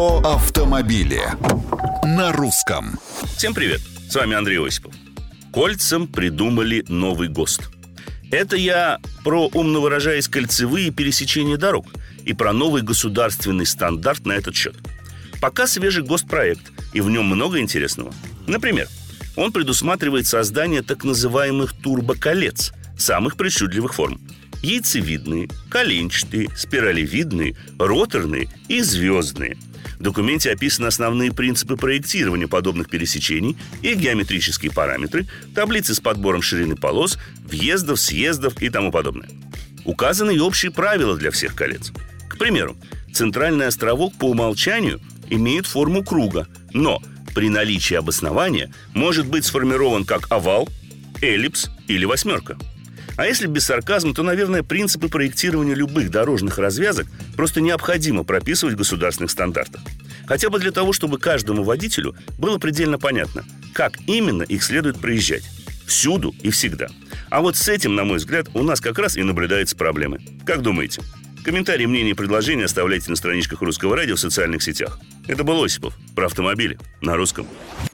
Про автомобили на русском. Всем привет, с вами Андрей Осипов. Кольцам придумали новый ГОСТ. Это я про, умно выражаясь, кольцевые пересечения дорог и про новый государственный стандарт на этот счет. Пока свежий ГОСТ-проект, и в нем много интересного. Например, он предусматривает создание так называемых турбоколец самых причудливых форм. Яйцевидные, коленчатые, спиралевидные, роторные и звездные. В документе описаны основные принципы проектирования подобных пересечений, их геометрические параметры, таблицы с подбором ширины полос, въездов, съездов и тому подобное. Указаны и общие правила для всех колец. К примеру, центральный островок по умолчанию имеет форму круга, но при наличии обоснования может быть сформирован как овал, эллипс или восьмерка. А если без сарказма, то, наверное, принципы проектирования любых дорожных развязок просто необходимо прописывать в государственных стандартах. Хотя бы для того, чтобы каждому водителю было предельно понятно, как именно их следует проезжать. Всюду и всегда. А вот с этим, на мой взгляд, у нас как раз и наблюдаются проблемы. Как думаете? Комментарии, мнения и предложения оставляйте на страничках Русского радио в социальных сетях. Это был Осипов про автомобили на русском.